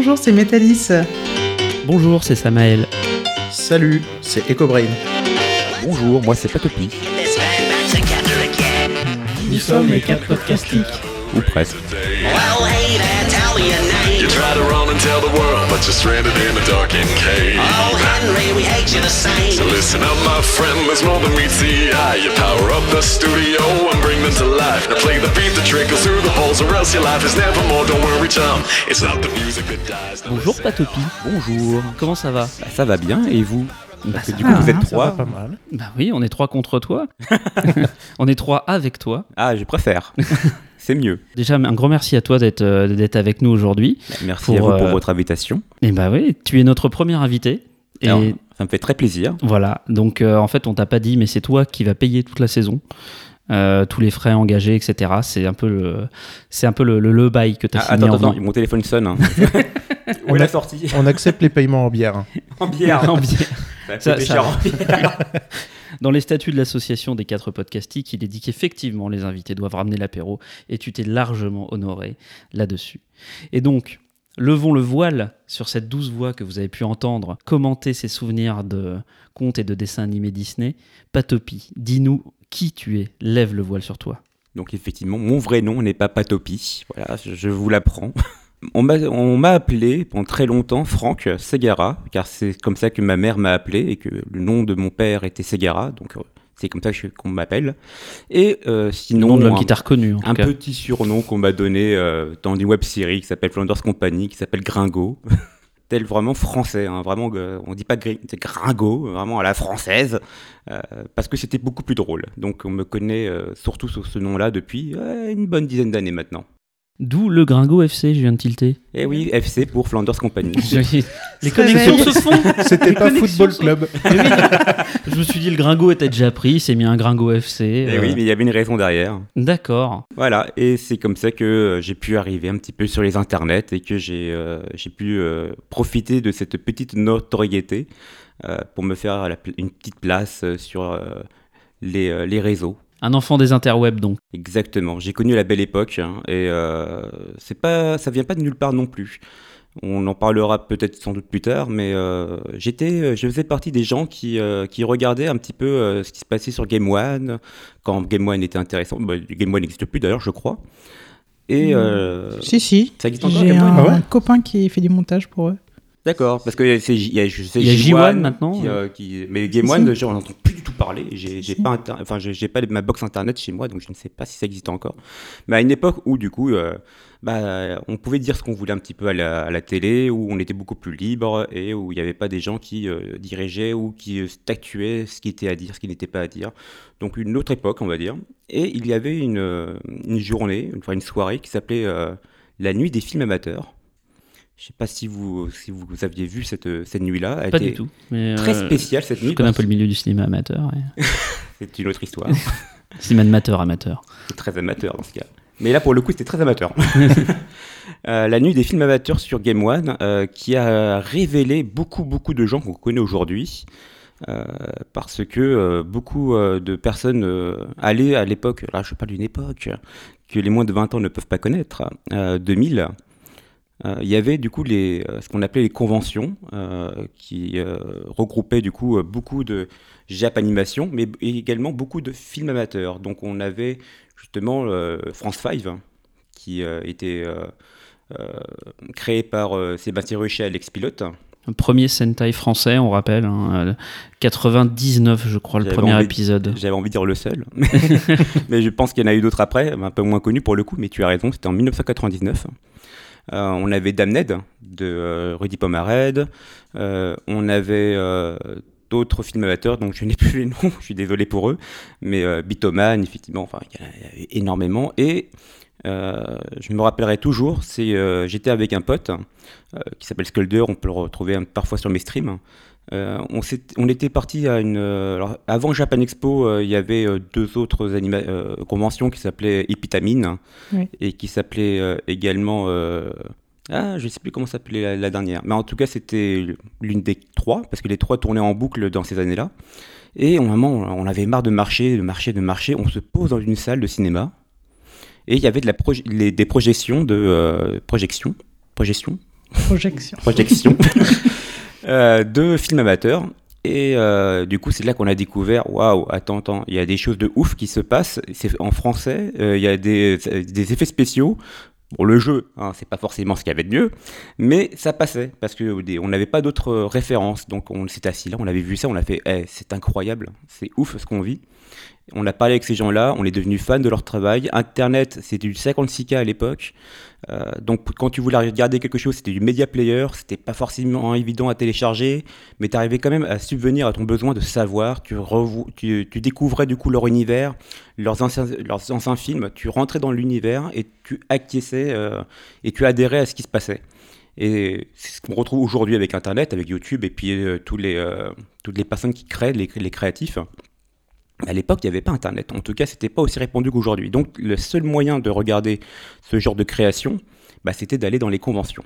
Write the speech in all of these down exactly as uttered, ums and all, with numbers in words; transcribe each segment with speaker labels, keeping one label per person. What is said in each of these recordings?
Speaker 1: bonjour, c'est Metalis.
Speaker 2: Bonjour, c'est Samael.
Speaker 3: Salut, c'est EcoBrain.
Speaker 4: Bonjour, moi c'est Patopi.
Speaker 2: Nous sommes les quatre podcastiques.
Speaker 4: Ou presque.
Speaker 5: Well, hey there, tell me your name. You try to run and tell the world, but you're stranded in a darkened cave. Oh, Henry, we hate you the same. So listen up, my friend, there's more than meets the eye. You power up the studio and bring them to life. Now play the beat that trickles through the halls, or else your life is never more. Don't worry, chum, it's not the music that dies.
Speaker 2: Bonjour Patopi.
Speaker 4: Bonjour.
Speaker 2: Comment ça va?
Speaker 4: Bah, ça va bien, et vous?
Speaker 2: Bah,
Speaker 4: Parce que
Speaker 2: ça
Speaker 4: du
Speaker 2: va,
Speaker 4: coup, vous êtes
Speaker 1: hein,
Speaker 4: trois.
Speaker 3: Pas mal.
Speaker 2: Bah oui, on est trois contre toi. On est trois avec toi.
Speaker 4: Ah, je préfère. C'est mieux.
Speaker 2: Déjà, un grand merci à toi d'être, euh, d'être avec nous aujourd'hui.
Speaker 4: Merci
Speaker 2: Pour,
Speaker 4: à vous pour
Speaker 2: euh,
Speaker 4: votre invitation.
Speaker 2: Et bah oui, tu es notre premier invité. Et
Speaker 4: Alors, ça me fait très plaisir.
Speaker 2: voilà, donc euh, en fait, on t'a pas dit, mais c'est toi qui vas payer toute la saison. Euh, tous les frais engagés, et cetera. C'est un peu le, c'est un peu le, le, le bail que tu as
Speaker 4: Ah,
Speaker 2: signé
Speaker 4: attends,
Speaker 2: en
Speaker 4: attends,
Speaker 2: venant.
Speaker 4: mon téléphone sonne. Hein. Où
Speaker 3: On
Speaker 4: est la
Speaker 3: a-
Speaker 4: sortie?
Speaker 3: On accepte les paiements en bière.
Speaker 4: En bière.
Speaker 2: En bière.
Speaker 4: Ça
Speaker 2: Ça-
Speaker 4: fait
Speaker 2: ça
Speaker 4: cher
Speaker 2: va.
Speaker 4: en bière.
Speaker 2: Dans les statuts de l'association des quatre podcastiques, il est dit qu'effectivement les invités doivent ramener l'apéro et tu t'es largement honoré là-dessus. Et donc, levons le voile sur cette douce voix que vous avez pu entendre commenter ses souvenirs de contes et de dessins animés Disney. Patopi, dis-nous qui tu es, lève le voile sur toi.
Speaker 4: Donc effectivement, mon vrai nom n'est pas Patopi. Voilà, je, je vous l'apprends. On m'a, on m'a appelé pendant très longtemps Franck Ségara, car c'est comme ça que ma mère m'a appelé et que le nom de mon père était Ségara, donc euh, c'est comme ça que je- qu'on m'appelle. Et euh,
Speaker 2: Le
Speaker 4: sinon,
Speaker 2: nom de l'homme
Speaker 4: un,
Speaker 2: qui t'a reconnu en tout
Speaker 4: un
Speaker 2: cas.
Speaker 4: petit surnom qu'on m'a donné euh, dans une web-série qui s'appelle Flanders Company, qui s'appelle Gringo. Tel vraiment français, hein, vraiment, euh, on dit pas gri- c'est Gringo, vraiment à la française, euh, parce que c'était beaucoup plus drôle. Donc on me connaît euh, surtout sur ce nom-là depuis euh, une bonne dizaine d'années maintenant.
Speaker 2: D'où le Gringo F C, je viens de tilter.
Speaker 4: Et oui, F C pour Flanders Company.
Speaker 2: Les
Speaker 1: Très
Speaker 2: connexions
Speaker 1: belle.
Speaker 2: se font.
Speaker 3: C'était
Speaker 2: Les
Speaker 3: pas
Speaker 2: connexions
Speaker 3: Football
Speaker 2: sont-
Speaker 3: Club.
Speaker 2: Mais oui, je me suis dit le Gringo était déjà pris, il s'est mis un Gringo F C.
Speaker 4: Et
Speaker 2: euh,
Speaker 4: oui, mais il y avait une raison derrière.
Speaker 2: D'accord.
Speaker 4: Voilà, et c'est comme ça que euh, j'ai pu arriver un petit peu sur les internets et que j'ai euh, j'ai pu euh, profiter de cette petite notoriété euh, pour me faire la pl- une petite place euh, sur euh, les, euh, les réseaux.
Speaker 2: Un enfant des interwebs donc.
Speaker 4: Exactement, j'ai connu la belle époque hein, et euh, c'est pas, ça vient pas de nulle part non plus. On en parlera peut-être sans doute plus tard, mais euh, j'étais, je faisais partie des gens qui, euh, qui regardaient un petit peu euh, ce qui se passait sur Game One, quand Game One était intéressant. Bah, Game One n'existe plus d'ailleurs, je crois. Et euh,
Speaker 1: Si, si.
Speaker 4: ça existe encore
Speaker 1: J'ai
Speaker 4: Game One
Speaker 1: un
Speaker 3: Ah ouais
Speaker 1: copain qui fait du montage pour eux.
Speaker 4: D'accord, parce que c'est, il y a, je sais,
Speaker 2: Il y a
Speaker 4: J
Speaker 2: J one
Speaker 4: one
Speaker 2: maintenant,
Speaker 4: qui,
Speaker 2: ouais.
Speaker 4: euh, qui- mais Game
Speaker 1: Si,
Speaker 4: One,
Speaker 1: si.
Speaker 4: déjà, on n'entend plus du tout parler. J'ai, j'ai
Speaker 1: Si.
Speaker 4: pas, inter- enfin, j'ai, j'ai pas ma box internet chez moi, donc je ne sais pas si ça existe encore. Mais à une époque où, du coup, euh, bah, on pouvait dire ce qu'on voulait un petit peu à la, à la télé, où on était beaucoup plus libre et où il n'y avait pas des gens qui euh, dirigeaient ou qui euh, statuaient ce qui était à dire, ce qui n'était pas à dire. Donc une autre époque, on va dire. Et il y avait une, euh, une journée, enfin une soirée qui s'appelait euh, la nuit des films amateurs. Je sais pas si vous, si vous aviez vu cette, cette nuit-là. Elle
Speaker 2: Pas
Speaker 4: était
Speaker 2: du tout. Mais,
Speaker 4: Très
Speaker 2: euh,
Speaker 4: spéciale cette
Speaker 2: Je
Speaker 4: nuit.
Speaker 2: connais un
Speaker 4: parce
Speaker 2: peu le milieu du cinéma amateur. Ouais.
Speaker 4: que C'est une autre histoire.
Speaker 2: Cinéma amateur, amateur.
Speaker 4: C'est très amateur dans ce cas. Mais là, pour le coup, c'était très amateur. Euh, la nuit des films amateurs sur Game One, euh, qui a révélé beaucoup, beaucoup de gens qu'on connaît aujourd'hui. Euh, parce que euh, beaucoup euh, de personnes euh, allaient à l'époque, là je parle d'une époque que les moins de vingt ans ne peuvent pas connaître, euh, deux mille. Euh, il y avait du coup les, euh, ce qu'on appelait les conventions euh, qui euh, regroupaient du coup euh, beaucoup de Jap animation, mais b- également beaucoup de films amateurs. Donc on avait justement euh, France cinq qui euh, était euh, euh, créé par euh, Sébastien Ruchet et Alex Pilote.
Speaker 2: Un premier Sentai français, on rappelle. Hein, euh, quatre-vingt-dix-neuf, je crois, le
Speaker 4: J'avais
Speaker 2: premier
Speaker 4: envie-
Speaker 2: épisode.
Speaker 4: J'avais envie de dire le seul, mais je pense qu'il y en a eu d'autres après, un peu moins connus pour le coup, mais tu as raison, c'était en dix-neuf cent quatre-vingt-dix-neuf. Euh, on avait Damned de euh, Rudy Pomared, euh, on avait euh, d'autres films amateurs, donc je n'ai plus les noms, je suis désolé pour eux, mais euh, Bitoman, effectivement, enfin, il y en a- il y avait énormément, et euh, je me rappellerai toujours, c'est, euh, j'étais avec un pote euh, qui s'appelle Skulder, on peut le retrouver un- parfois sur mes streams. Euh, on, s'est- on était parti à une. euh, alors, avant Japan Expo, euh, il y avait euh, deux autres anima- euh, conventions qui s'appelaient Epitamine
Speaker 1: Oui.
Speaker 4: et qui s'appelaient euh, également. euh, ah, je ne sais plus comment s'appelait la, la dernière. Mais en tout cas, c'était l'une des trois, parce que les trois tournaient en boucle dans ces années-là. Et au moment, on avait marre de marcher, de marcher, de marcher. On se pose dans une salle de cinéma. Et il y avait de la proje- les- des projections de. Euh, projections Projection
Speaker 1: Projection.
Speaker 4: projection euh, de films amateurs. Et euh, du coup, c'est là qu'on a découvert, waouh, attends, attends, il y a des choses de ouf qui se passent. C'est en français, euh, il y a des, des effets spéciaux. Bon, le jeu, hein, c'est pas forcément ce qu'il y avait de mieux, mais ça passait parce que des, on n'avait pas d'autres références. Donc on s'est assis là, on avait vu ça, on a fait, hey, c'est incroyable, c'est ouf ce qu'on vit. On a parlé avec ces gens-là, on est devenus fans de leur travail. Internet, c'était du cinquante-six K à l'époque. Euh, donc quand tu voulais regarder quelque chose, c'était du media player, c'était pas forcément évident à télécharger, mais tu arrivais quand même à subvenir à ton besoin de savoir. Tu, revo- tu, tu découvrais du coup leur univers, leurs anciens, leurs anciens films, tu rentrais dans l'univers et tu acquiesçais euh, et tu adhérais à ce qui se passait. Et c'est ce qu'on retrouve aujourd'hui avec Internet, avec YouTube et puis euh, tous les, euh, toutes les personnes qui créent, les, les créatifs. À l'époque, il n'y avait pas Internet. En tout cas, c'était pas aussi répandu qu'aujourd'hui. Donc, le seul moyen de regarder ce genre de création, bah, c'était d'aller dans les conventions.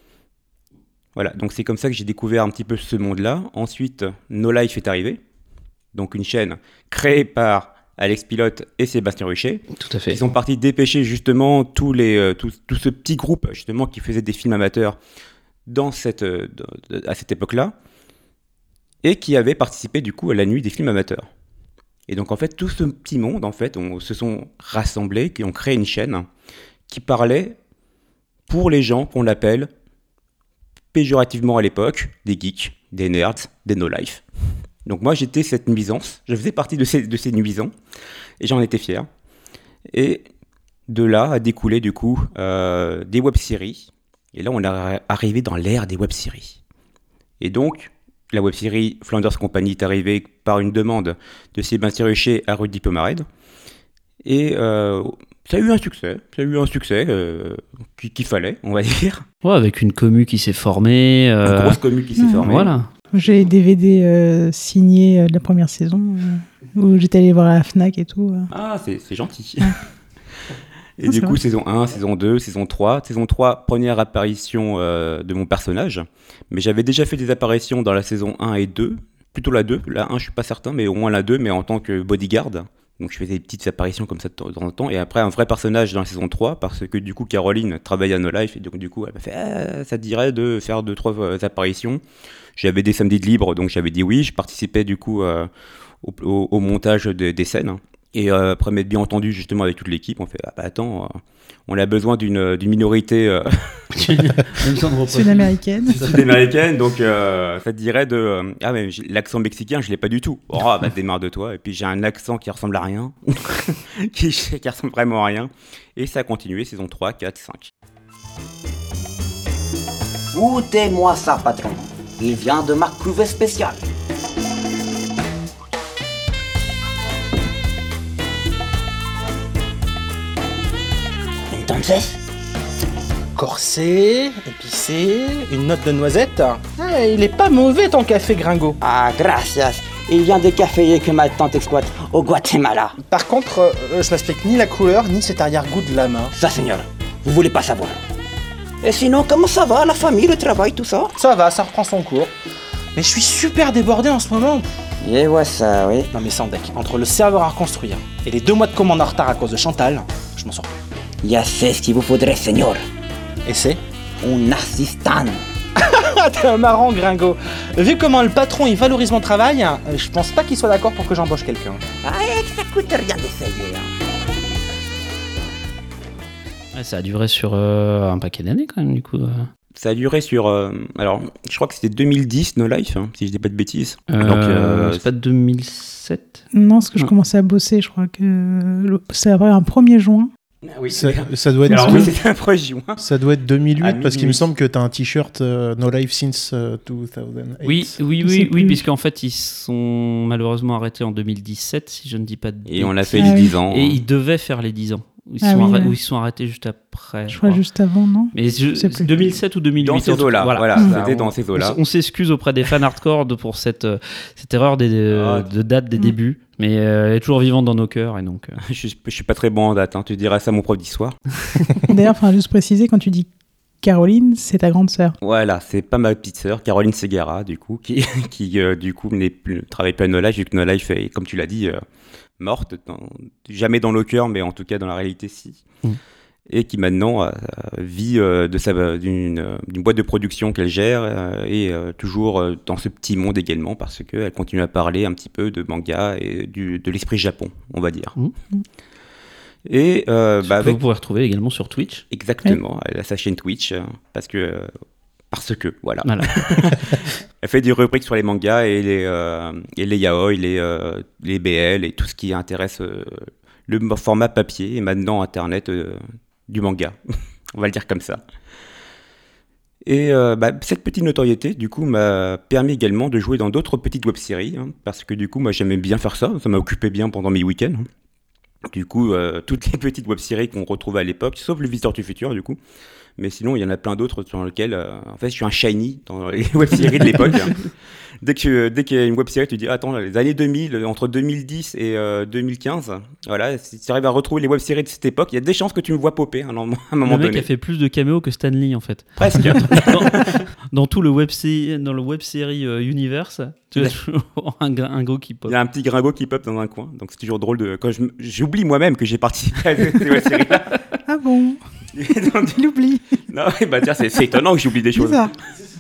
Speaker 4: Voilà, donc c'est comme ça que j'ai découvert un petit peu ce monde-là. Ensuite, No Life est arrivé. Donc, une chaîne créée par Alex Pilote et Sébastien Ruchet.
Speaker 2: Tout à fait.
Speaker 4: Ils sont partis dépêcher justement tous les, euh, tout, tout ce petit groupe justement qui faisait des films amateurs dans cette, euh, à cette époque-là et qui avait participé du coup à la nuit des films amateurs. Et donc en fait, tout ce petit monde, en fait, on se sont rassemblés, qui ont créé une chaîne qui parlait pour les gens qu'on appelle péjorativement à l'époque des geeks, des nerds, des no-life. Donc moi, j'étais cette nuisance, je faisais partie de ces, de ces nuisants, et j'en étais fier. Et de là a découlé du coup euh, des web-séries. Et là, on est arrivé dans l'ère des web-séries. Et donc, la web-série Flanders Company est arrivée par une demande de Sébastien Ruchet à Rudy Pomarède. Et euh, ça a eu un succès, ça a eu un succès euh, qu'il, qu'il fallait, on va dire.
Speaker 2: Ouais, avec une commu qui s'est formée. Euh...
Speaker 4: Une grosse commu qui s'est
Speaker 1: Ouais.
Speaker 4: formée.
Speaker 2: Voilà.
Speaker 1: J'ai les D V D euh, signés euh, de la première saison, euh, où j'étais allé voir à la Fnac et tout. euh.
Speaker 4: Ah, c'est, c'est gentil.
Speaker 1: Ouais.
Speaker 4: Et
Speaker 1: Ah,
Speaker 4: du
Speaker 1: c'est
Speaker 4: coup,
Speaker 1: vrai.
Speaker 4: saison un, saison deux, saison trois. Saison trois, première apparition euh, de mon personnage. Mais j'avais déjà fait des apparitions dans la saison un et deux. Plutôt la deux. La un, je suis pas certain, mais au moins la deux, mais en tant que bodyguard. Donc je faisais des petites apparitions comme ça de temps en temps. Et après, un vrai personnage dans la saison trois, parce que du coup, Caroline travaillait à No Life. Et donc du coup, elle m'a fait ah, ça te dirait de faire deux, trois euh, apparitions. J'avais des samedis de libre, donc j'avais dit oui. Je participais du coup euh, au, au, au montage de, des scènes. Et euh, après m'être bien entendu justement avec toute l'équipe, on fait ah bah attends, euh, on a besoin d'une, d'une minorité euh,
Speaker 1: Sud-américaine.
Speaker 4: sud-américaine, donc euh, ça te dirait de euh, ah mais j'ai- l'accent mexicain je l'ai pas du tout. Oh bah démarre de toi. Et puis j'ai un accent qui ressemble à rien, qui, qui ressemble vraiment à rien. Et ça a continué saison trois, quatre, cinq.
Speaker 6: Goûtez-moi ça, patron. Il vient de ma cuvée spéciale. Entonces,
Speaker 7: Corsé, épicé, une note de noisette. Ah, il est pas mauvais ton café gringo.
Speaker 6: ah, gracias. Il vient de caféier que ma tante exploite au Guatemala.
Speaker 7: Par contre, euh, je m'explique ni la couleur, ni cet arrière-goût de lame. hein.
Speaker 6: Ça, señor, vous voulez pas savoir. Et sinon, comment ça va, la famille, le travail, tout ça?
Speaker 7: Ça va, ça reprend son cours. Mais je suis super débordé en ce moment.
Speaker 6: Et ouais, ça, oui.
Speaker 7: Non mais sans deck, entre le serveur à reconstruire et les deux mois de commande en retard à cause de Chantal, je m'en sors plus.
Speaker 6: Ya sé ce qu'il vous faudrait, señor.
Speaker 7: Et c'est
Speaker 6: Un assistant.
Speaker 7: Ah, t'es un marrant, Gringo. Vu comment le patron il valorise mon travail, euh, je pense pas qu'il soit d'accord pour que j'embauche quelqu'un.
Speaker 6: Ah, et que ça coûte rien d'essayer, hein.
Speaker 2: Ouais, ça a duré sur euh, un paquet d'années quand même, du coup. euh.
Speaker 4: Ça a duré sur euh, alors je crois que c'était deux mille dix No Life, hein, si je dis pas de bêtises.
Speaker 2: Euh,
Speaker 4: Donc euh,
Speaker 2: c'est pas deux mille sept.
Speaker 1: Non, parce que je
Speaker 2: Non.
Speaker 1: commençais à bosser, je crois que le- c'est après un premier juin.
Speaker 4: ah oui,
Speaker 3: Ça, ça doit être,
Speaker 4: alors oui, c'était un projet juin.
Speaker 3: ça doit être deux mille huit
Speaker 4: À
Speaker 3: parce qu'il me
Speaker 4: minuit.
Speaker 3: semble que t'as un t-shirt euh, No Life since euh, deux mille huit.
Speaker 2: Oui, oui,
Speaker 1: Je sais
Speaker 2: oui, oui,
Speaker 1: plus.
Speaker 2: puisqu'en fait, ils sont malheureusement arrêtés en deux mille dix-sept, si je ne dis pas de
Speaker 4: Et on a
Speaker 2: bêtises.
Speaker 4: fait
Speaker 1: Ah
Speaker 4: les
Speaker 1: oui.
Speaker 4: dix ans.
Speaker 2: Et ils devaient faire les dix ans. Ils
Speaker 1: Ah
Speaker 2: sont
Speaker 1: oui,
Speaker 2: arrêtés,
Speaker 1: ouais.
Speaker 2: ou ils sont arrêtés juste après.
Speaker 1: Je crois juste avant, non?
Speaker 2: Mais je-
Speaker 1: sais plus.
Speaker 2: deux mille sept ou deux mille huit.
Speaker 4: Dans ces
Speaker 2: en tout cas.
Speaker 4: eaux-là, voilà,
Speaker 1: Mmh.
Speaker 4: c'était dans ces
Speaker 2: On,
Speaker 4: eaux-là.
Speaker 2: s- on s'excuse auprès des fans hardcore de- pour cette, euh, cette erreur des,
Speaker 4: Ah.
Speaker 2: de date des
Speaker 1: Mm.
Speaker 2: débuts, mais euh, elle est toujours vivante dans nos cœurs et donc. euh,
Speaker 4: je, suis- je suis pas très bon en date, hein. Tu diras ça à mon prof d'histoire.
Speaker 1: D'ailleurs, il faudra juste préciser, quand tu dis Caroline, c'est ta grande sœur.
Speaker 4: Voilà, c'est pas ma petite sœur, Caroline Segara, du coup, qui, qui euh, du coup, n'est plus, ne travaille pas à No Life, vu que No Life est, comme tu l'as dit, euh, morte. Dans- jamais dans nos cœurs, mais en tout cas dans la réalité, si.
Speaker 2: Mm.
Speaker 4: et qui maintenant euh, vit euh, de sa, d'une, d'une boîte de production qu'elle gère euh, et euh, toujours euh, dans ce petit monde également parce qu'elle continue à parler un petit peu de manga et du, de l'esprit Japon, on va dire.
Speaker 2: Mmh.
Speaker 4: Et euh, bah, avec...
Speaker 2: vous pouvez retrouver également sur Twitch.
Speaker 4: Exactement, ouais. Elle a sa chaîne Twitch euh, parce que euh, parce que voilà.
Speaker 2: voilà.
Speaker 4: Elle fait des rubriques sur les mangas et les euh, et les yaoi, les euh, les B L et tout ce qui intéresse euh, le format papier et maintenant internet euh, du manga. On va le dire comme ça. Et euh, bah, cette petite notoriété, du coup, m'a permis également de jouer dans d'autres petites web-séries, hein, parce que du coup, moi, j'aimais bien faire ça. Ça m'a occupé bien pendant mes week-ends. Du coup, euh, toutes les petites web-séries qu'on retrouvait à l'époque, sauf le Visiteur du Futur, du coup. Mais sinon, il y en a plein d'autres sur lesquelles, euh, en fait, je suis un shiny dans les web-séries de l'époque. Hein. Dès que dès qu'il y a une web-série, tu dis, attends, les années deux mille, entre deux mille dix et euh, deux mille quinze, voilà, si tu arrives à retrouver les web-séries de cette époque, il y a des chances que tu me vois popper hein, à un moment
Speaker 2: le
Speaker 4: donné.
Speaker 2: Le mec a fait plus de caméos que Stan Lee, en fait.
Speaker 4: Presque.
Speaker 2: dans, dans tout le web-série, dans le web-série euh, universe, tu as toujours un, un gros qui pop.
Speaker 4: Il y a un petit gringo qui pop dans un coin, donc c'est toujours drôle de... Quand je, j'oublie moi-même que j'ai participé à ces web-séries-là.
Speaker 1: Ah bon? Il oublie.
Speaker 4: Non, bah tiens, c'est, c'est étonnant que j'oublie des choses.
Speaker 1: Bizarre.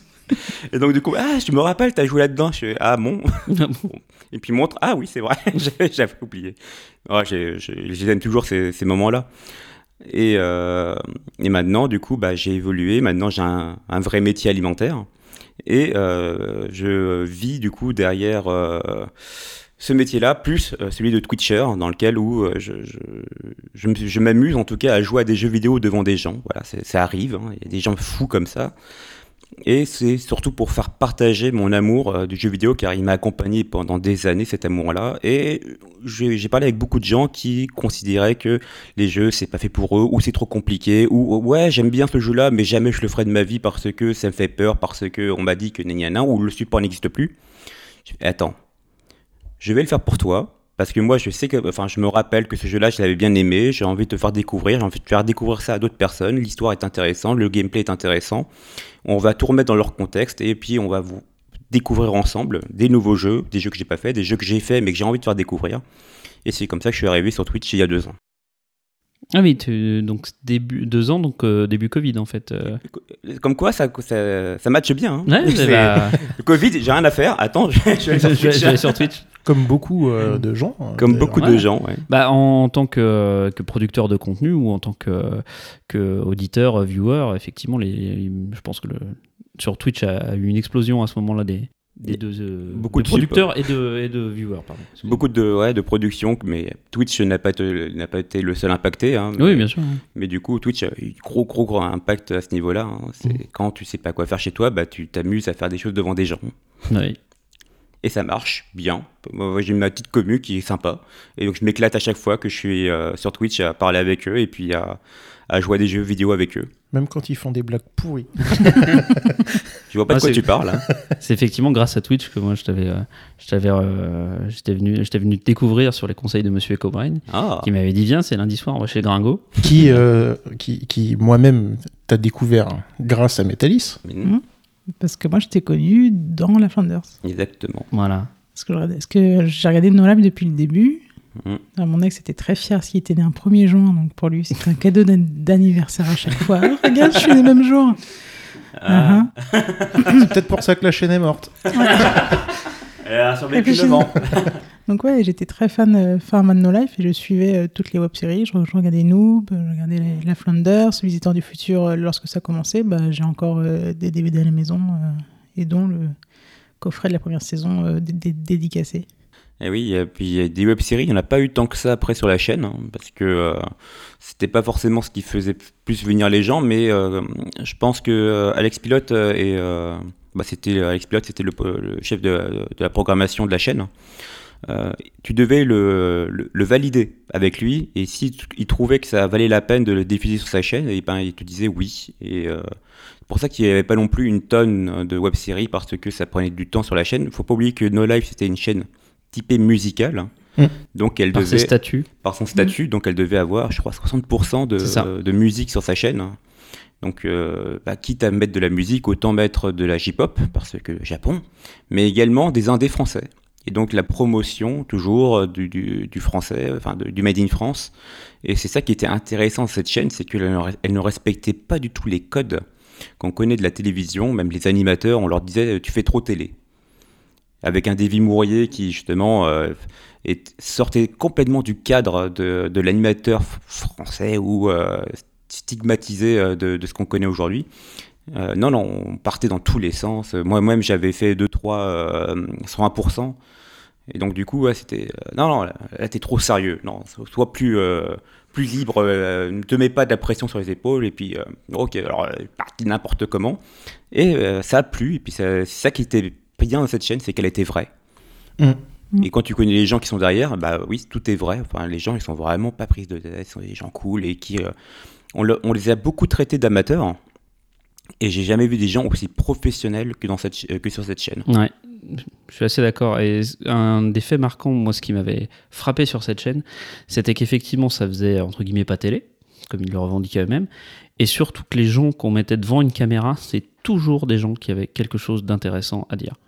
Speaker 4: Et donc du coup, ah, je me rappelle, t'as joué là-dedans. Je fais, ah bon. Et puis montre, ah oui, c'est vrai, j'avais, j'avais oublié. Oh, j'ai, j'ai, j'aime toujours ces, ces moments-là. Et, euh, et maintenant, du coup, bah, j'ai évolué. Maintenant, j'ai un, un vrai métier alimentaire. Et euh, je vis du coup derrière euh, ce métier-là, plus euh, celui de Twitcher, dans lequel où euh, je, je, je, je m'amuse en tout cas à jouer à des jeux vidéo devant des gens. Voilà, c'est, ça arrive, hein, il y a des gens fous comme ça. Et c'est surtout pour faire partager mon amour euh, du jeu vidéo, car il m'a accompagné pendant des années, cet amour-là. Et j'ai, j'ai parlé avec beaucoup de gens qui considéraient que les jeux, c'est pas fait pour eux, ou c'est trop compliqué, ou ouais, j'aime bien ce jeu-là, mais jamais je le ferai de ma vie parce que ça me fait peur, parce qu'on m'a dit que gna ou le support n'existe plus. Je fais, attends, je vais le faire pour toi. Parce que moi, je sais que, enfin, je me rappelle que ce jeu-là, je l'avais bien aimé. J'ai envie de te faire découvrir. J'ai envie de te faire découvrir ça à d'autres personnes. L'histoire est intéressante, le gameplay est intéressant. On va tout remettre dans leur contexte et puis on va vous découvrir ensemble des nouveaux jeux, des jeux que j'ai pas fait, des jeux que j'ai fait mais que j'ai envie de faire découvrir. Et c'est comme ça que je suis arrivé sur Twitch il y a deux ans.
Speaker 2: Ah oui, tu, donc début deux ans, donc euh, début Covid en fait. Euh...
Speaker 4: Comme quoi, ça, ça, ça matche bien. Hein.
Speaker 2: Ouais, c'est bah...
Speaker 4: Le Covid, j'ai rien à faire. Attends, je, je vais sur Twitch.
Speaker 2: Je vais sur Twitch.
Speaker 3: Comme beaucoup euh, de gens.
Speaker 4: Comme beaucoup
Speaker 2: ouais.
Speaker 4: de gens, ouais.
Speaker 2: Bah, en, en tant que, que producteur de contenu ou en tant que, que auditeur, viewer, effectivement, les, je pense que le, sur Twitch a eu une explosion à ce moment-là des, des deux euh,
Speaker 4: beaucoup
Speaker 2: de,
Speaker 4: de
Speaker 2: producteurs et de, et de viewers. Pardon.
Speaker 4: Beaucoup de, ouais, de production, mais Twitch n'a pas, été, n'a pas été le seul impacté. Hein, mais,
Speaker 2: oui, bien sûr.
Speaker 4: Mais du coup, Twitch a eu gros, gros, gros impact à ce niveau-là. Hein. C'est, mmh. Quand tu sais pas quoi faire chez toi, bah, tu t'amuses à faire des choses devant des gens.
Speaker 2: Oui.
Speaker 4: Et ça marche bien. Moi, j'ai ma petite commu qui est sympa. Et donc, je m'éclate à chaque fois que je suis euh, sur Twitch à parler avec eux et puis à, à jouer à des jeux vidéo avec eux.
Speaker 3: Même quand ils font des blagues pourries.
Speaker 4: Je vois pas ah, de quoi tu parles. Hein.
Speaker 2: C'est effectivement grâce à Twitch que moi, je t'avais, euh, je t'avais, euh, j'étais, venu, j'étais venu te découvrir sur les conseils de Monsieur Ecobrain,
Speaker 4: ah.
Speaker 2: qui m'avait dit, viens, c'est lundi soir, on va chez Gringo.
Speaker 3: Qui, euh, qui, qui moi-même, t'a découvert grâce à Metalis.
Speaker 1: Mmh. Parce que moi, je t'ai connu dans la Flanders.
Speaker 4: Exactement.
Speaker 2: Voilà.
Speaker 1: Parce que, parce que j'ai regardé No Life depuis le début. Mmh. Alors, mon ex était très fier parce qu'il était né un premier juin. Donc, pour lui, c'était un cadeau d'anniversaire à chaque fois. Oh, regarde, je suis né le même jour.
Speaker 3: Ah. Uh-huh. C'est peut-être pour ça que la chaîne est morte.
Speaker 4: Elle a survécu le vent.
Speaker 1: Donc, ouais, j'étais très fan, euh, fan de No Life et je suivais euh, toutes les web-séries. Je, je regardais Noob, je regardais les, la Flanders, Visiteur du Futur. Euh, lorsque ça commençait, bah, j'ai encore euh, des D V D à la maison euh, et dont le coffret de la première saison euh, d- d- dédicacé.
Speaker 4: Et oui, et puis des web-séries, il n'y en a pas eu tant que ça après sur la chaîne, hein, parce que euh, c'était pas forcément ce qui faisait plus venir les gens, mais euh, je pense que euh, Alex Pilote euh, et euh, bah, c'était Alex Pilote, c'était le, le chef de, de la programmation de la chaîne. Euh, tu devais le, le, le valider avec lui, et si t- il trouvait que ça valait la peine de le diffuser sur sa chaîne, et ben il te disait oui. Et euh, c'est pour ça qu'il n'y avait pas non plus une tonne de web-séries, parce que ça prenait du temps sur la chaîne. Il ne faut pas oublier que No Life, c'était une chaîne typée musicale, mmh. donc elle
Speaker 2: par
Speaker 4: devait,
Speaker 2: ses statuts.
Speaker 4: par son statut, mmh. donc elle devait avoir, je crois, soixante pour cent de, euh, de musique sur sa chaîne. Donc, euh, bah, quitte à mettre de la musique, autant mettre de la J-pop, parce que le Japon, mais également des indés français. et donc la promotion toujours du, du, du français, enfin de, du Made in France. Et c'est ça qui était intéressant de cette chaîne, c'est qu'elle ne, elle ne respectait pas du tout les codes qu'on connaît de la télévision. Même les animateurs, on leur disait « tu fais trop télé ». Avec un Davy Mourier qui justement euh, est, sortait complètement du cadre de, de l'animateur f- français ou euh, stigmatisé de, de ce qu'on connaît aujourd'hui. Euh, non, non, on partait dans tous les sens. Moi-même, j'avais fait deux trois euh, cent un pour cent. Et donc, du coup, ouais, c'était... Euh, non, non, là, là, t'es trop sérieux. Non, sois plus, euh, plus libre. Euh, ne te mets pas de la pression sur les épaules. Et puis, euh, ok, alors, euh, parti n'importe comment. Et euh, ça a plu. Et puis, ça, c'est ça qui était bien dans cette chaîne, c'est qu'elle était vraie.
Speaker 3: Mm.
Speaker 4: Et quand tu connais les gens qui sont derrière, bah oui, tout est vrai. Enfin, les gens, ils sont vraiment pas pris de tête. Ce sont des gens cool et qui... Euh, on, le, on les a beaucoup traités d'amateurs. Et j'ai jamais vu des gens aussi professionnels que, dans cette, que sur cette chaîne.
Speaker 2: Ouais, je suis assez d'accord. Et un des faits marquants, moi, ce qui m'avait frappé sur cette chaîne, c'était qu'effectivement, ça faisait, entre guillemets, pas télé, comme ils le revendiquaient eux-mêmes. Et surtout que les gens qu'on mettait devant une caméra, c'est toujours des gens qui avaient quelque chose d'intéressant à dire.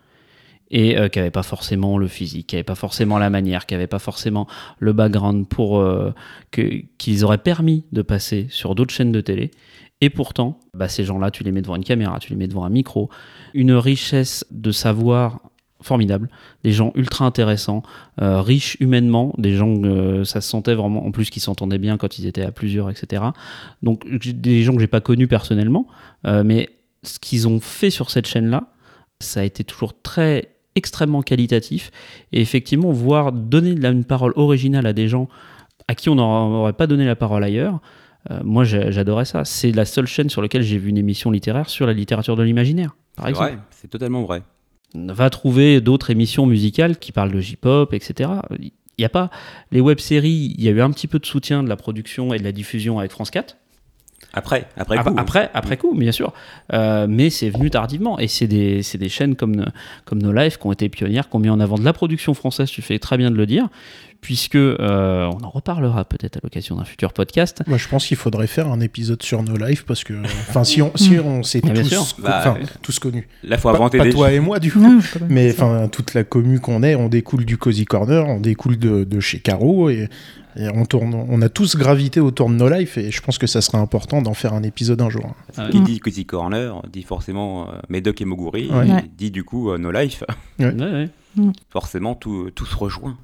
Speaker 2: Et euh, qui n'avaient pas forcément le physique, qui n'avaient pas forcément la manière, qui n'avaient pas forcément le background pour, euh, que, qu'ils auraient permis de passer sur d'autres chaînes de télé. Et pourtant, bah, ces gens-là, tu les mets devant une caméra, tu les mets devant un micro, une richesse de savoir formidable, des gens ultra intéressants, euh, riches humainement, des gens, euh, ça se sentait vraiment, en plus qu'ils s'entendaient bien quand ils étaient à plusieurs, et cetera. Donc des gens que j'ai pas connus personnellement, euh, mais ce qu'ils ont fait sur cette chaîne-là, ça a été toujours très extrêmement qualitatif. Et effectivement, voir donner de la, une parole originale à des gens à qui on n'aurait pas donné la parole ailleurs, Euh, moi, j'adorais ça. C'est la seule chaîne sur laquelle j'ai vu une émission littéraire sur la littérature de l'imaginaire, par
Speaker 4: c'est
Speaker 2: exemple.
Speaker 4: vrai, c'est totalement vrai.
Speaker 2: Va trouver d'autres émissions musicales qui parlent de J-pop, et cetera. Il y a pas les web-séries. Il y a eu un petit peu de soutien de la production et de la diffusion avec France quatre.
Speaker 4: Après, après
Speaker 2: après,
Speaker 4: coup.
Speaker 2: Après, après coup, bien sûr. Euh, mais c'est venu tardivement. Et c'est des, c'est des chaînes comme, comme No Life qui ont été pionnières, qui ont mis en avant de la production française, tu fais très bien de le dire, puisque euh, on en reparlera peut-être à l'occasion d'un futur podcast.
Speaker 3: Moi, je pense qu'il faudrait faire un épisode sur No Life parce que, enfin, si on, si on s'est
Speaker 2: Bien
Speaker 3: tous,
Speaker 2: sûr.
Speaker 3: co-
Speaker 4: Bah,
Speaker 3: enfin,
Speaker 4: ouais.
Speaker 3: tous connus.
Speaker 4: Là, faut
Speaker 3: Pas,
Speaker 4: inventer
Speaker 3: pas
Speaker 4: des
Speaker 3: toi et moi, du coup.
Speaker 1: Non, c'est pas
Speaker 3: Mais
Speaker 1: ça.
Speaker 3: enfin, toute la commu qu'on est, on découle du Cozy Corner, on découle de, de chez Caro et, et on tourne, on a tous gravité autour de No Life et je pense que ça serait important d'en faire un épisode un jour.
Speaker 2: Ah
Speaker 4: Qui
Speaker 2: ouais.
Speaker 4: dit Cozy Corner dit forcément euh, Médoc et Moguri,
Speaker 3: Ouais.
Speaker 4: et
Speaker 1: Ouais.
Speaker 4: dit du coup euh, No Life.
Speaker 2: Ouais, ouais.
Speaker 4: Forcément, tout, tout se rejoint,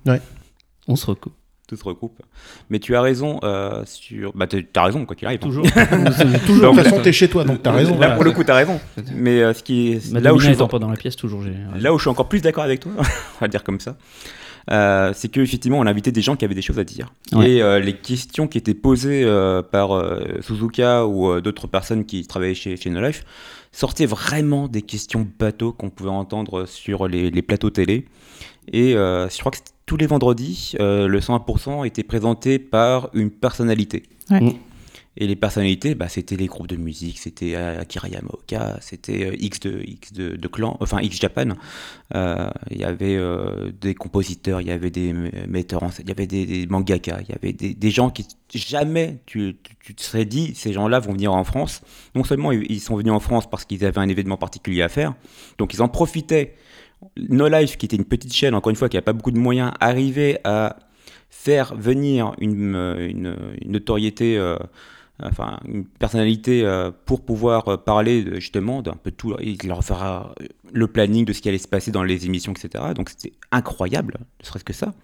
Speaker 2: On se recoupe.
Speaker 4: tout se regroupe. Mais tu as raison euh, sur. Bah, t'as t'as raison, quoi qu'il arrive. hein.
Speaker 2: Toujours.
Speaker 3: Toujours. De toute façon, t'es chez toi, donc t'as raison.
Speaker 4: Là, pour le coup, t'as raison. Mais euh, ce qui est. Là où, je suis,
Speaker 2: étant pas dans la pièce, toujours. J'ai...
Speaker 4: là où je suis encore plus d'accord avec toi, on va le dire comme ça, euh, c'est qu'effectivement, on a invité des gens qui avaient des choses à dire.
Speaker 2: Ouais.
Speaker 4: Et euh, les questions qui étaient posées euh, par euh, Suzuka ou euh, d'autres personnes qui travaillaient chez, chez No Life sortaient vraiment des questions bateaux qu'on pouvait entendre sur les, les plateaux télé. Et euh, je crois que tous les vendredis, euh, le cent un pour cent était présenté par une personnalité.
Speaker 1: Ouais.
Speaker 2: Mm.
Speaker 4: Et les personnalités, bah, c'était les groupes de musique, c'était euh, Akira Yamaoka, c'était euh, X de X de, de Clan, enfin X Japan. Euh, Il y avait euh, des compositeurs, il y avait des m- metteurs en scène, il y avait des, des mangaka, il y avait des, des gens qui jamais tu, tu, tu te serais dit ces gens-là vont venir en France. Non seulement ils ils sont venus en France parce qu'ils avaient un événement particulier à faire, donc ils en profitaient. No Life, qui était une petite chaîne, encore une fois, qui n'avait pas beaucoup de moyens, arrivait à faire venir une, une, une notoriété, euh, enfin une personnalité euh, pour pouvoir euh, parler de, justement d'un peu tout. Il leur fera le planning de ce qui allait se passer dans les émissions, et cetera. Donc c'était incroyable, ne serait-ce que ça.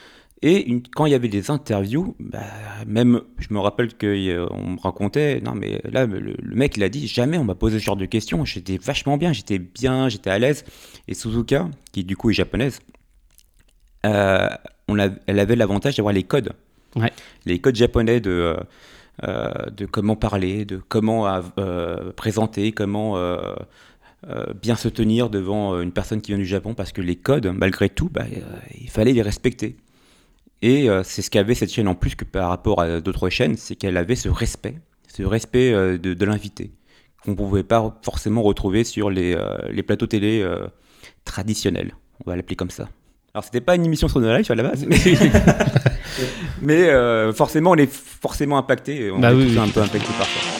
Speaker 4: Et une, quand il y avait des interviews, bah, même, je me rappelle qu'on euh, me racontait, non mais là, le, le mec, il a dit, jamais on m'a posé ce genre de questions, j'étais vachement bien, j'étais bien, j'étais à l'aise. Et Suzuka, qui du coup est japonaise, euh, on a, elle avait l'avantage d'avoir les codes.
Speaker 2: Ouais.
Speaker 4: Les codes japonais de, euh, euh, de comment parler, de comment euh, présenter, comment euh, euh, bien se tenir devant une personne qui vient du Japon, parce que les codes, malgré tout, bah, euh, il fallait les respecter. Et euh, c'est ce qu'avait cette chaîne en plus que par rapport à d'autres chaînes, c'est qu'elle avait ce respect, ce respect euh, de, de l'invité, qu'on ne pouvait pas forcément retrouver sur les, euh, les plateaux télé euh, traditionnels, on va l'appeler comme ça. Alors c'était pas une émission sur No Life à la base, mais, mais euh, forcément on est forcément impacté, on
Speaker 2: Bah
Speaker 4: est
Speaker 2: oui,
Speaker 4: tous
Speaker 2: oui,
Speaker 4: un
Speaker 2: tout
Speaker 4: peu
Speaker 2: à fait.
Speaker 4: impacté par ça.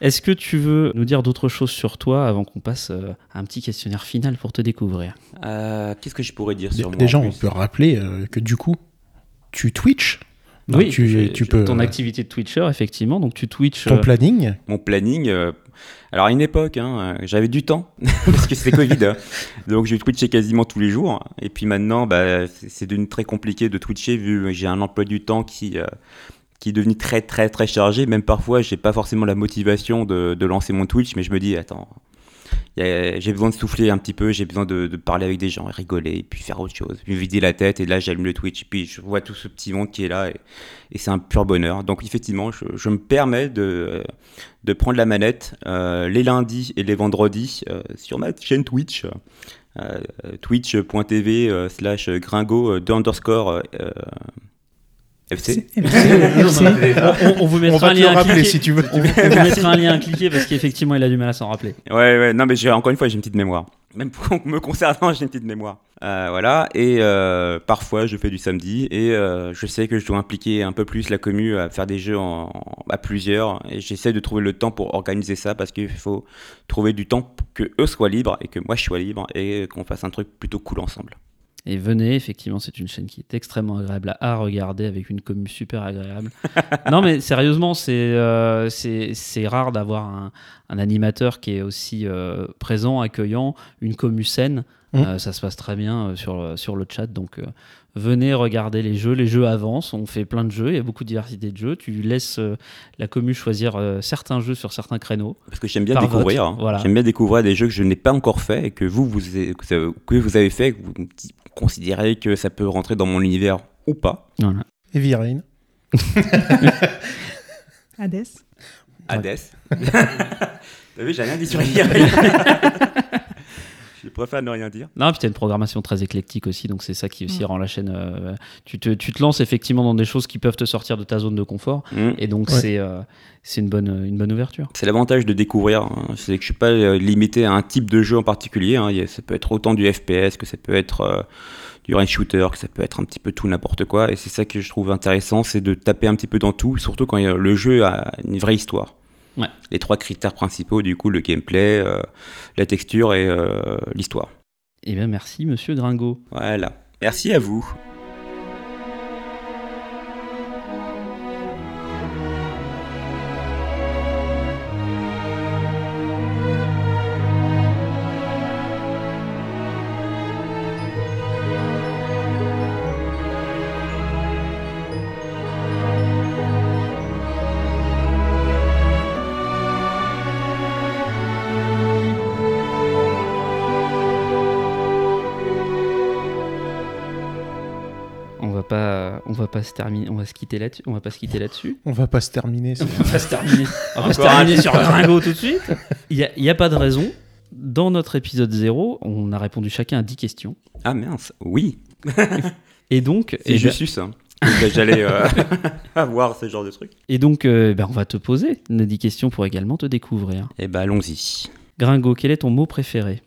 Speaker 2: Est-ce que tu veux nous dire d'autres choses sur toi avant qu'on passe euh, à un petit questionnaire final pour te découvrir ?
Speaker 4: Euh, Qu'est-ce que je pourrais dire sur moi
Speaker 3: Déjà,
Speaker 4: en
Speaker 3: on
Speaker 4: plus
Speaker 3: peut rappeler euh, que du coup, tu Twitch. Donc,
Speaker 2: Oui,
Speaker 3: tu,
Speaker 2: j'ai-
Speaker 3: tu
Speaker 2: j'ai
Speaker 3: peux.
Speaker 2: ton activité de Twitcher, effectivement. Donc tu Twitch.
Speaker 3: Ton
Speaker 2: euh,
Speaker 3: planning.
Speaker 4: Mon planning, euh, alors à une époque, hein, euh, j'avais du temps, parce que c'était Covid, hein. Donc je twitchais quasiment tous les jours, et puis maintenant, bah, c'est c'est devenu très compliqué de twitcher, vu que j'ai un emploi du temps qui, euh, qui est devenu très très très chargé, même parfois, j'ai pas forcément la motivation de, de lancer mon Twitch, mais je me dis, attends, y a- j'ai besoin de souffler un petit peu, j'ai besoin de, de parler avec des gens, rigoler, et puis faire autre chose, puis me vider la tête, et là j'allume le Twitch, et puis je vois tout ce petit monde qui est là, et, et c'est un pur bonheur. Donc effectivement, je, je me permets de, de prendre la manette euh, les lundis et les vendredis euh, sur ma chaîne Twitch, euh, twitch.tv euh, slash gringo de underscore euh, F C.
Speaker 1: F C, F C.
Speaker 2: on, on vous
Speaker 3: On
Speaker 2: mettra
Speaker 3: va
Speaker 2: un
Speaker 3: te
Speaker 2: lien
Speaker 3: le
Speaker 2: à
Speaker 3: rappeler
Speaker 2: cliquer.
Speaker 3: si tu veux.
Speaker 2: On, on vous mettra un lien à cliquer parce qu'effectivement, il a du mal à s'en rappeler.
Speaker 4: Ouais, ouais, non, mais j'ai, encore une fois, j'ai une petite mémoire. Même pour me concernant, j'ai une petite mémoire. Euh, voilà, et euh, parfois, je fais du samedi, et euh, je sais que je dois impliquer un peu plus la commu à faire des jeux en, en- à plusieurs, et j'essaie de trouver le temps pour organiser ça, parce qu'il faut trouver du temps pour que eux soient libres, et que moi je sois libre, et qu'on fasse un truc plutôt cool ensemble.
Speaker 2: Et venez, effectivement, c'est une chaîne qui est extrêmement agréable à, à regarder avec une commu super agréable. Non, mais sérieusement, c'est euh, c'est c'est rare d'avoir un, un animateur qui est aussi euh, présent, accueillant, une commu saine.
Speaker 3: Mmh.
Speaker 2: Euh, ça se passe très bien euh, sur, le- sur le chat. Donc, euh, venez regarder les jeux. Les jeux avancent. On fait plein de jeux. Il y a beaucoup de diversité de jeux. Tu laisses euh, la commu choisir euh, certains jeux sur certains créneaux.
Speaker 4: Parce que j'aime bien
Speaker 2: Par
Speaker 4: découvrir,
Speaker 2: vote,
Speaker 4: hein.
Speaker 2: voilà.
Speaker 4: J'aime bien découvrir des jeux que je n'ai pas encore fait, et que vous, vous, avez- que ça- que vous avez fait, que vous considérez que ça peut rentrer dans mon univers ou pas.
Speaker 2: Voilà.
Speaker 3: Heavy Rain.
Speaker 1: Hades.
Speaker 4: Hades. T'as vu, j'ai rien dit sur Heavy Rain. Je préfère ne rien dire.
Speaker 2: Non, puis tu as une programmation très éclectique aussi, donc c'est ça qui aussi
Speaker 1: Mm.
Speaker 2: rend la chaîne. euh, tu, te, tu te lances effectivement dans des choses qui peuvent te sortir de ta zone de confort,
Speaker 4: Mm.
Speaker 2: et donc
Speaker 3: Ouais.
Speaker 2: c'est euh, c'est une bonne, une bonne ouverture.
Speaker 4: C'est l'avantage de découvrir, hein. C'est que je suis pas euh, limité à un type de jeu en particulier, hein. Il y a- Ça peut être autant du F P S que ça peut être euh, du range shooter, que ça peut être un petit peu tout n'importe quoi. Et c'est ça que je trouve intéressant, c'est de taper un petit peu dans tout, surtout quand il y a- le jeu a une vraie histoire.
Speaker 2: Ouais.
Speaker 4: Les trois critères principaux, du coup, le gameplay, euh, la texture et euh, l'histoire.
Speaker 2: Eh bien, merci, monsieur Gringo.
Speaker 4: Voilà. Merci à vous.
Speaker 2: On va pas, on va pas se terminer, on va se quitter là-dessus. On va pas se quitter là-dessus.
Speaker 3: On va pas se terminer. ça.
Speaker 2: On va se terminer. On va se
Speaker 4: Encore un
Speaker 2: terminer sur
Speaker 4: titre.
Speaker 2: Gringo tout de suite. Il y a, il y a pas de raison. Dans notre épisode zéro, on a répondu chacun à dix questions.
Speaker 4: Ah mince, oui.
Speaker 2: Et donc,
Speaker 4: C'est
Speaker 2: eh
Speaker 4: je
Speaker 2: ben-
Speaker 4: suis ça. Que J'allais euh, avoir ce genre de truc.
Speaker 2: et donc euh, ben, on va te poser nos dix questions pour également te découvrir.
Speaker 4: Eh ben, allons-y.
Speaker 2: Gringo, quel est ton mot préféré?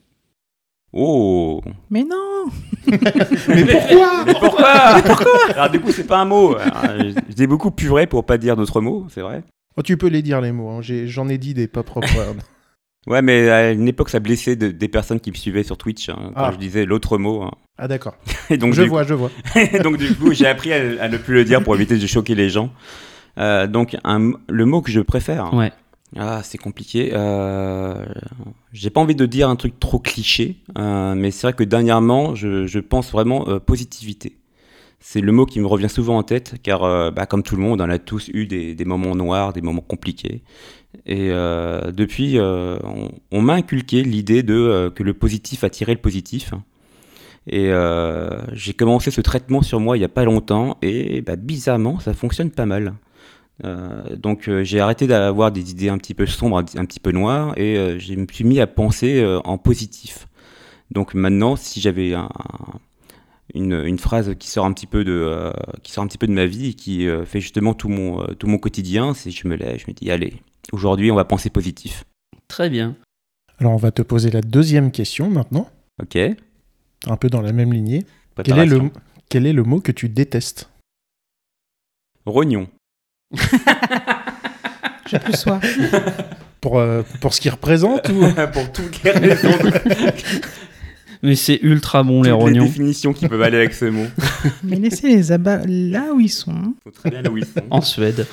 Speaker 4: Oh.
Speaker 1: Mais non.
Speaker 3: Mais pourquoi
Speaker 4: Mais pourquoi Alors du coup, c'est pas un mot. Alors, je je dis beaucoup purée pour pas dire d'autres mots, c'est vrai.
Speaker 3: Oh, tu peux les dire les mots. hein. J'ai- J'en ai dit des pas propres.
Speaker 4: Ouais, mais à une époque, ça blessait de- des personnes qui me suivaient sur Twitch, hein, quand
Speaker 3: Ah.
Speaker 4: je disais l'autre mot, hein.
Speaker 3: Ah d'accord.
Speaker 4: Et donc,
Speaker 3: je
Speaker 4: du
Speaker 3: vois, je vois.
Speaker 4: coup, donc du coup, j'ai appris à, à ne plus le dire pour éviter de choquer les gens. Euh, donc un- le mot que je préfère.
Speaker 2: Ouais.
Speaker 4: Ah, c'est compliqué. Euh, j'ai pas envie de dire un truc trop cliché, euh, mais c'est vrai que dernièrement, je, je pense vraiment euh, positivité. C'est le mot qui me revient souvent en tête, car euh, bah, comme tout le monde, on a tous eu des, des moments noirs, des moments compliqués. Et euh, depuis, euh, on, on m'a inculqué l'idée de euh, que le positif attirait le positif. Et euh, j'ai commencé ce traitement sur moi il n'y a pas longtemps, et bah, bizarrement, ça fonctionne pas mal. Euh, donc euh, j'ai arrêté d'avoir des idées un petit peu sombres, un, un petit peu noires, et euh, je me suis mis à penser euh, en positif. Donc maintenant, si j'avais un, une, une phrase qui sort un petit peu de, euh, qui sort un petit peu de ma vie et qui euh, fait justement tout mon, euh, tout mon quotidien, c'est je me lève, je me dis allez, aujourd'hui on va penser positif.
Speaker 2: Très bien.
Speaker 3: Alors on va te poser la deuxième question maintenant,
Speaker 4: Ok.
Speaker 3: un peu dans la même lignée. Quel est, le,
Speaker 4: Préparation.
Speaker 3: quel est le mot que tu détestes?
Speaker 4: Rognon.
Speaker 1: J'ai plus soif.
Speaker 3: Pour, euh, pour ce qu'il représente ou...
Speaker 4: Pour toutes les raisons,
Speaker 2: Mais c'est ultra bon, les
Speaker 4: toutes les
Speaker 2: rognons.
Speaker 4: définitions qui peuvent aller avec ce mot.
Speaker 1: Mais laissez les abats là où ils sont.
Speaker 4: Faut très bien là où ils sont.
Speaker 2: En Suède.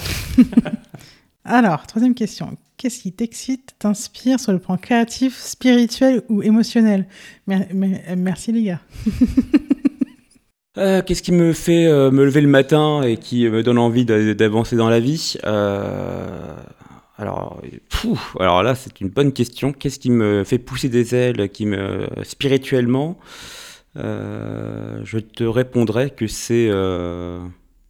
Speaker 1: Alors, troisième question. Qu'est-ce qui t'excite, t'inspire sur le plan créatif, spirituel ou émotionnel? Mer- mer- Merci les gars.
Speaker 4: Euh, qu'est-ce qui me fait euh, me lever le matin et qui me donne envie d'a- d'avancer dans la vie? Euh, alors, pfff, alors là, c'est une bonne question. Qu'est-ce qui me fait pousser des ailes, qui me spirituellement? Euh, je te répondrai que c'est euh,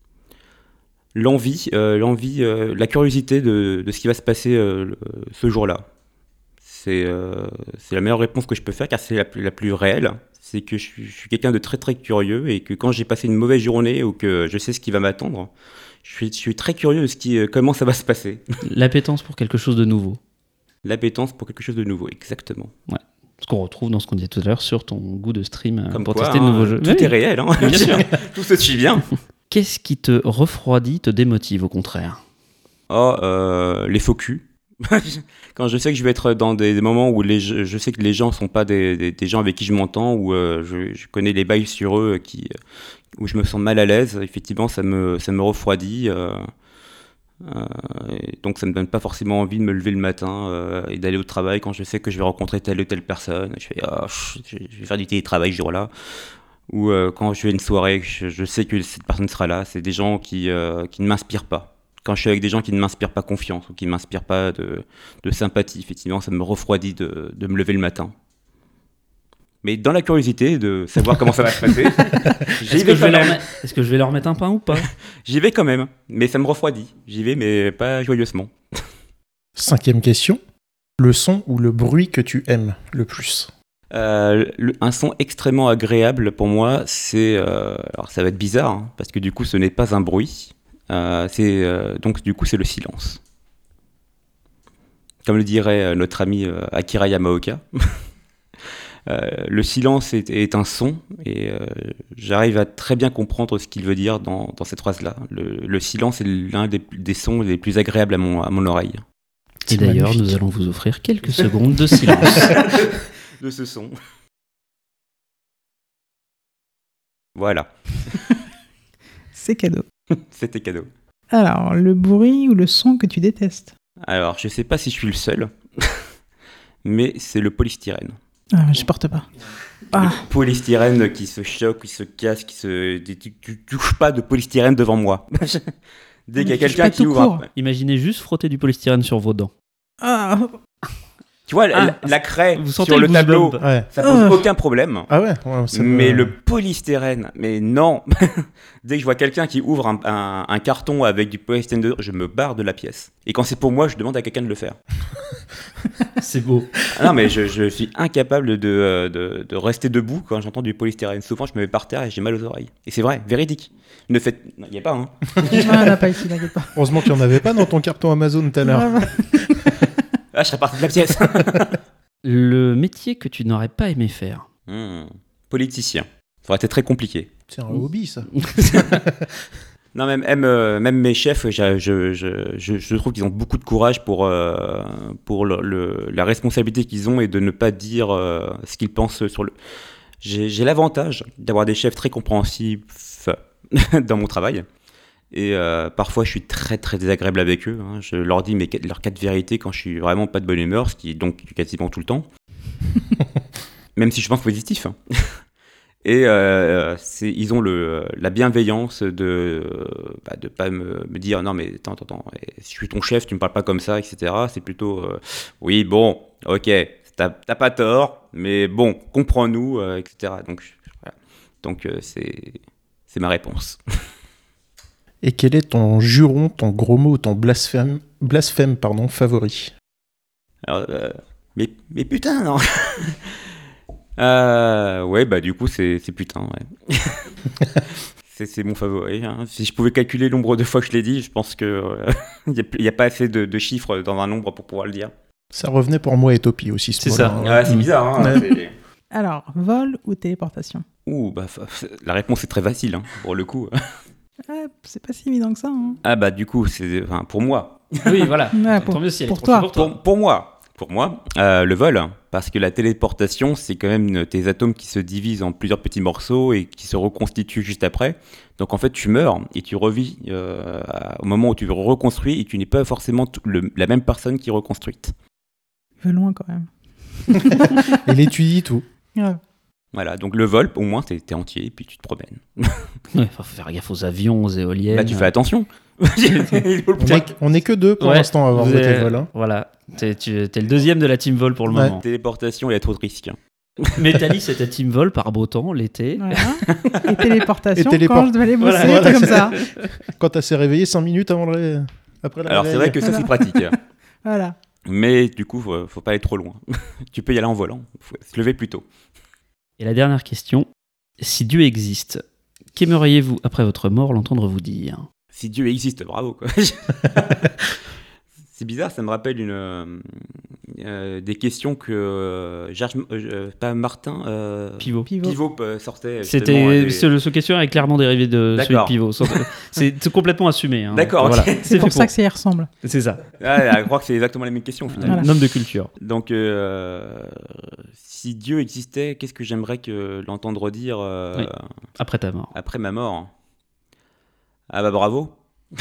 Speaker 4: l'envie, euh, l'envie, euh, la curiosité de, de ce qui va se passer euh, le- ce jour-là. C'est euh, c'est la meilleure réponse que je peux faire car c'est la plus, la plus réelle. C'est que je suis, je suis quelqu'un de très très curieux et que quand j'ai passé une mauvaise journée ou que je sais ce qui va m'attendre, je suis, je suis très curieux de ce qui, euh, comment ça va se passer.
Speaker 2: L'appétence pour quelque chose de nouveau.
Speaker 4: L'appétence pour quelque chose de nouveau, exactement.
Speaker 2: Ce qu'on retrouve dans ce qu'on disait tout à l'heure sur ton goût de stream euh,
Speaker 4: Comme
Speaker 2: pour
Speaker 4: quoi,
Speaker 2: tester de
Speaker 4: hein,
Speaker 2: nouveaux jeux.
Speaker 4: tout
Speaker 2: Oui.
Speaker 4: est réel, hein.
Speaker 2: Bien sûr.
Speaker 4: Tout se suit bien.
Speaker 2: Qu'est-ce qui te refroidit, te démotive au contraire?
Speaker 4: Oh, euh, les faux culs. Quand je sais que je vais être dans des, des moments où les, je, je sais que les gens sont pas des, des, des gens avec qui je m'entends, où euh, je, je connais les bails sur eux, qui, où je me sens mal à l'aise, effectivement, ça me, ça me refroidit. Euh, euh, et donc, ça me donne pas forcément envie de me lever le matin euh, et d'aller au travail quand je sais que je vais rencontrer telle ou telle personne. Je fais, oh, je vais faire du télétravail ce jour-là. Ou euh, quand je vais à une soirée, je, je sais que cette personne sera là. C'est des gens qui, euh, qui ne m'inspirent pas. Quand je suis avec des gens qui ne m'inspirent pas confiance ou qui ne m'inspirent pas de, de sympathie, effectivement, ça me refroidit de, de me lever le matin. Mais dans la curiosité de savoir comment ça va se passer, j'y
Speaker 2: Est-ce que,
Speaker 4: vais
Speaker 2: je
Speaker 4: quand
Speaker 2: vais leur
Speaker 4: même.
Speaker 2: mettre- est-ce que je vais leur mettre un pain ou pas?
Speaker 4: J'y vais quand même, mais ça me refroidit. J'y vais, mais pas joyeusement.
Speaker 3: Cinquième question. Le son ou le bruit que tu aimes le plus?
Speaker 4: Euh, le- un son extrêmement agréable pour moi, c'est... euh, alors ça va être bizarre, hein, parce que du coup, ce n'est pas un bruit. Euh, c'est, euh, donc du coup, c'est le silence. Comme le dirait euh, notre ami euh, Akira Yamaoka, euh, le silence est, est un son, et euh, j'arrive à très bien comprendre ce qu'il veut dire dans, dans cette phrase-là. Le, le silence est l'un des, des sons les plus agréables à mon, à mon oreille.
Speaker 2: Et
Speaker 3: C'est
Speaker 2: d'ailleurs,
Speaker 3: magnifique.
Speaker 2: nous allons vous offrir quelques secondes de silence.
Speaker 4: De ce son. Voilà,
Speaker 1: C'est cadeau.
Speaker 4: c'était cadeau.
Speaker 1: Alors, le bruit ou le son que tu détestes?
Speaker 4: Alors, je sais pas si je suis le seul, mais c'est le polystyrène.
Speaker 1: Ah, je porte pas. Ah,
Speaker 4: Le polystyrène qui se choque, qui se casse, qui se... Tu, tu touches pas de polystyrène devant moi. Dès qu'il y a
Speaker 1: Mais touche
Speaker 4: quelqu'un
Speaker 1: pas
Speaker 4: qui
Speaker 1: tout
Speaker 4: ouvre...
Speaker 1: court.
Speaker 4: un-
Speaker 2: Imaginez juste frotter du polystyrène sur vos dents.
Speaker 1: ah,
Speaker 4: Tu vois, la,
Speaker 2: Ah,
Speaker 4: la craie
Speaker 2: vous sentez
Speaker 4: sur
Speaker 2: le
Speaker 4: le tableau,
Speaker 2: goosebump.
Speaker 3: Ouais.
Speaker 4: ça pose
Speaker 1: Ah.
Speaker 4: aucun problème.
Speaker 3: Ah ouais, ouais, ça me-
Speaker 4: Mais le polystyrène, mais non. Dès que je vois quelqu'un qui ouvre un, un- un carton avec du polystyrène dedans, je me barre de la pièce. Et quand c'est pour moi, je demande à quelqu'un de le faire.
Speaker 2: C'est beau.
Speaker 4: Ah non, mais je, je suis incapable de, euh, de, de rester debout quand j'entends du polystyrène. Souvent, je me mets par terre et j'ai mal aux oreilles. Et c'est vrai, véridique. Ne faites... Il n'y a pas, hein.
Speaker 1: ah, on n'a pas ici, t'inquiète pas.
Speaker 3: Heureusement qu'il n'y en avait pas dans ton carton Amazon tout à l'heure.
Speaker 1: Ah, bah.
Speaker 4: Ah, je serais parti de la pièce.
Speaker 2: Le métier que tu n'aurais pas aimé faire.
Speaker 4: Hmm, politicien. Ça aurait été très compliqué.
Speaker 3: C'est un hobby, ça.
Speaker 4: Non, même, même, euh, même mes chefs, je, je, je, je, je trouve qu'ils ont beaucoup de courage pour, euh, pour le, le- la responsabilité qu'ils ont et de ne pas dire euh, ce qu'ils pensent sur le... J'ai, j'ai l'avantage d'avoir des chefs très compréhensifs dans mon travail. Et euh, parfois, je suis très très désagréable avec eux. Hein. Je leur dis mes, leurs quatre vérités quand je suis vraiment pas de bonne humeur, ce qui est donc quasiment tout le temps. Même si je pense positif. Hein. Et euh, c'est, ils ont le, la bienveillance de ne bah, de pas me, me dire non mais attends, attends, attends, je suis ton chef, tu me parles pas comme ça, et cetera. C'est plutôt euh, oui, bon, ok, t'as, t'as pas tort, mais bon, comprends-nous, euh, et cetera. Donc, je- voilà. Donc euh, c'est, c'est ma réponse.
Speaker 3: Et quel est ton juron, ton gros mot, ton blasphème, blasphème pardon, favori?
Speaker 4: Alors, euh, mais, mais putain, non. euh, ouais, bah du coup, c'est, c'est putain, ouais. c'est, c'est mon favori. Hein. Si je pouvais calculer le nombre de fois que je l'ai dit, je pense qu'il n'y a, y a pas assez de, de chiffres dans un nombre pour pouvoir le dire.
Speaker 3: Ça revenait pour moi et Topi aussi, ce
Speaker 2: C'est
Speaker 3: mot-là.
Speaker 2: ça.
Speaker 4: Ouais, c'est bizarre, hein.
Speaker 3: Ouais.
Speaker 1: Alors, vol ou téléportation?
Speaker 4: Ouh, bah, fa- la réponse est très facile, hein, pour le coup.
Speaker 1: Ah, c'est pas si évident que ça. Hein.
Speaker 4: Ah bah du coup, c'est, enfin, pour moi,
Speaker 2: Oui, voilà.
Speaker 1: Ouais, pour-
Speaker 2: Tant mieux si elle est
Speaker 1: pour
Speaker 2: trop
Speaker 1: toi.
Speaker 2: chère pour toi.
Speaker 4: Pour, pour moi, pour moi euh, le vol, parce que la téléportation, c'est quand même tes atomes qui se divisent en plusieurs petits morceaux et qui se reconstituent juste après. Donc en fait, tu meurs et tu revis euh, au moment où tu reconstruis et tu n'es pas forcément tout- le- la même personne qui est reconstruite.
Speaker 1: Il va loin quand même.
Speaker 3: Il étudie tout.
Speaker 1: Ouais.
Speaker 4: Voilà, donc le vol, au moins, t'es, t'es entier et puis tu te promènes.
Speaker 2: Ouais, faut faire gaffe aux avions, aux éoliennes.
Speaker 4: Là, tu fais attention.
Speaker 3: On est, on est que deux pour
Speaker 2: Ouais,
Speaker 3: l'instant à avoir
Speaker 2: vous
Speaker 3: voté
Speaker 2: êtes-
Speaker 3: vol. hein.
Speaker 2: Voilà, t'es, tu, t'es le deuxième de la team vol pour le
Speaker 3: Ouais.
Speaker 2: moment.
Speaker 4: Téléportation, il y a trop de risques.
Speaker 2: Métallis, c'était team vol par beau temps, l'été.
Speaker 1: Voilà. Et téléportation,
Speaker 3: Et téléport-
Speaker 1: quand je devais aller bosser,
Speaker 2: Voilà,
Speaker 1: c'est
Speaker 3: voilà,
Speaker 1: comme
Speaker 3: c'est-
Speaker 1: ça.
Speaker 3: Quand t'as s'est réveillé cinq minutes avant le ré- après le
Speaker 4: Alors c'est
Speaker 3: réveil.
Speaker 4: vrai que ça,
Speaker 1: Voilà.
Speaker 4: c'est pratique.
Speaker 1: Voilà.
Speaker 4: Mais du coup, faut, faut pas aller trop loin. Tu peux y aller en volant. Faut se lever plus tôt.
Speaker 2: Et la dernière question, si Dieu existe, qu'aimeriez-vous après votre mort l'entendre vous dire?
Speaker 4: Si Dieu existe, bravo quoi. C'est bizarre, ça me rappelle une, euh, euh, des questions que euh, Georges, euh, pas Martin, euh,
Speaker 2: Pivot.
Speaker 1: Pivot.
Speaker 4: Pivot euh, sortait.
Speaker 2: C'était
Speaker 4: justement, euh, des-
Speaker 2: ce, ce questionnaire est clairement dérivé de celui de
Speaker 4: D'accord.
Speaker 2: Pivot. Sans- C'est c'est complètement assumé. hein.
Speaker 4: D'accord, ok.
Speaker 2: Voilà.
Speaker 1: C'est
Speaker 2: C'est
Speaker 1: pour
Speaker 2: fait
Speaker 1: ça que ça y ressemble.
Speaker 2: C'est ça.
Speaker 4: Ah, je crois que c'est exactement la même question au final.
Speaker 1: Voilà.
Speaker 2: Un homme de culture.
Speaker 4: Donc, euh, si Dieu existait, qu'est-ce que j'aimerais que l'entendre dire euh,
Speaker 2: Oui. Après ta mort.
Speaker 4: après ma mort? Ah bah bravo.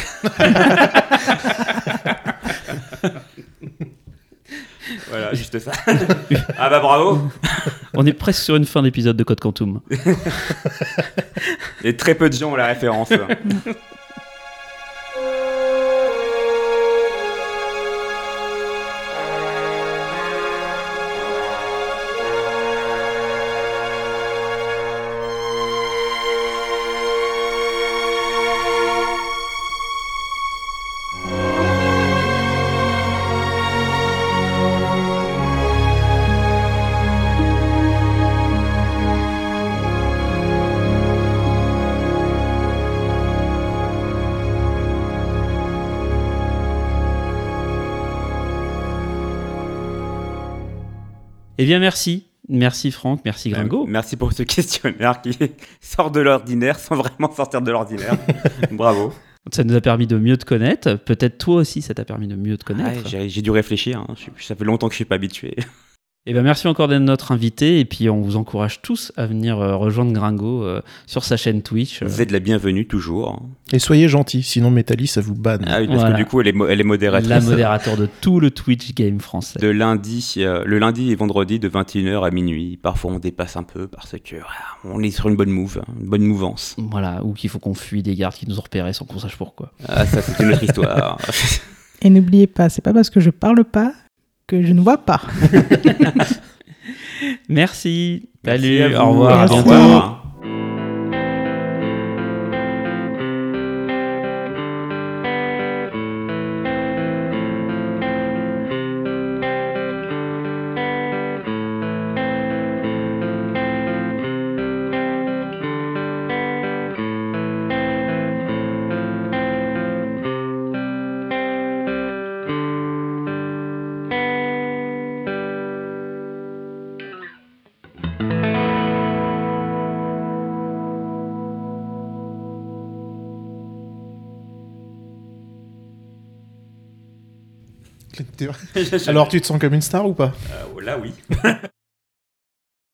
Speaker 4: Voilà, juste ça. Ah bah bravo.
Speaker 2: On est presque sur une fin d'épisode de Code Quantum.
Speaker 4: Et très peu de gens ont la référence.
Speaker 2: Eh bien, merci. Merci Franck, merci Gringo.
Speaker 4: Merci pour ce questionnaire qui sort de l'ordinaire sans vraiment sortir de l'ordinaire. Bravo.
Speaker 2: Ça nous a permis de mieux te connaître. Peut-être toi aussi, ça t'a permis de mieux te
Speaker 4: Ouais,
Speaker 2: connaître.
Speaker 4: j'ai, j'ai dû réfléchir. hein. Je suis- ça fait longtemps que je suis pas habitué.
Speaker 2: Eh bien, merci encore d'être notre invité. Et puis, on vous encourage tous à venir euh, rejoindre Gringo euh, sur sa chaîne Twitch. euh.
Speaker 4: Vous êtes la bienvenue toujours.
Speaker 3: Et soyez gentils, sinon Métallis, ça vous banne.
Speaker 4: Ah oui, parce
Speaker 2: Voilà.
Speaker 4: que du coup, elle est, mo- elle est modératrice.
Speaker 2: La modérateur de tout le Twitch game français.
Speaker 4: De lundi, euh, le lundi et vendredi de vingt et une heures à minuit. Parfois, on dépasse un peu parce que voilà, on est sur une bonne move, hein, une bonne mouvance.
Speaker 2: Voilà, ou qu'il faut qu'on fuit des gardes qui nous ont repérés sans qu'on sache pourquoi.
Speaker 4: Ah, ça, c'est une autre histoire.
Speaker 1: Et n'oubliez pas, c'est pas parce que je parle pas que je ne vois pas.
Speaker 2: Merci.
Speaker 4: Merci
Speaker 2: Salut.
Speaker 4: à
Speaker 2: Au
Speaker 4: vous.
Speaker 2: revoir. À
Speaker 1: Merci.
Speaker 4: Au
Speaker 2: bientôt.
Speaker 4: revoir.
Speaker 3: Alors tu te sens comme une star ou pas?
Speaker 4: Euh, là, oui.